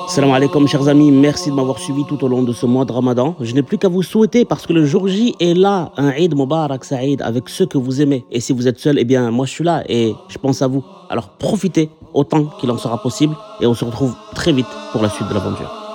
Salam alaikum chers amis, merci de m'avoir suivi tout au long de ce mois de Ramadan. Je n'ai plus qu'à vous souhaiter parce que le jour J est là, un Eid Mubarak Saïd avec ceux que vous aimez. Et si vous êtes seul, eh bien moi je suis là et je pense à vous. Alors profitez autant qu'il en sera possible et on se retrouve très vite pour la suite de l'aventure.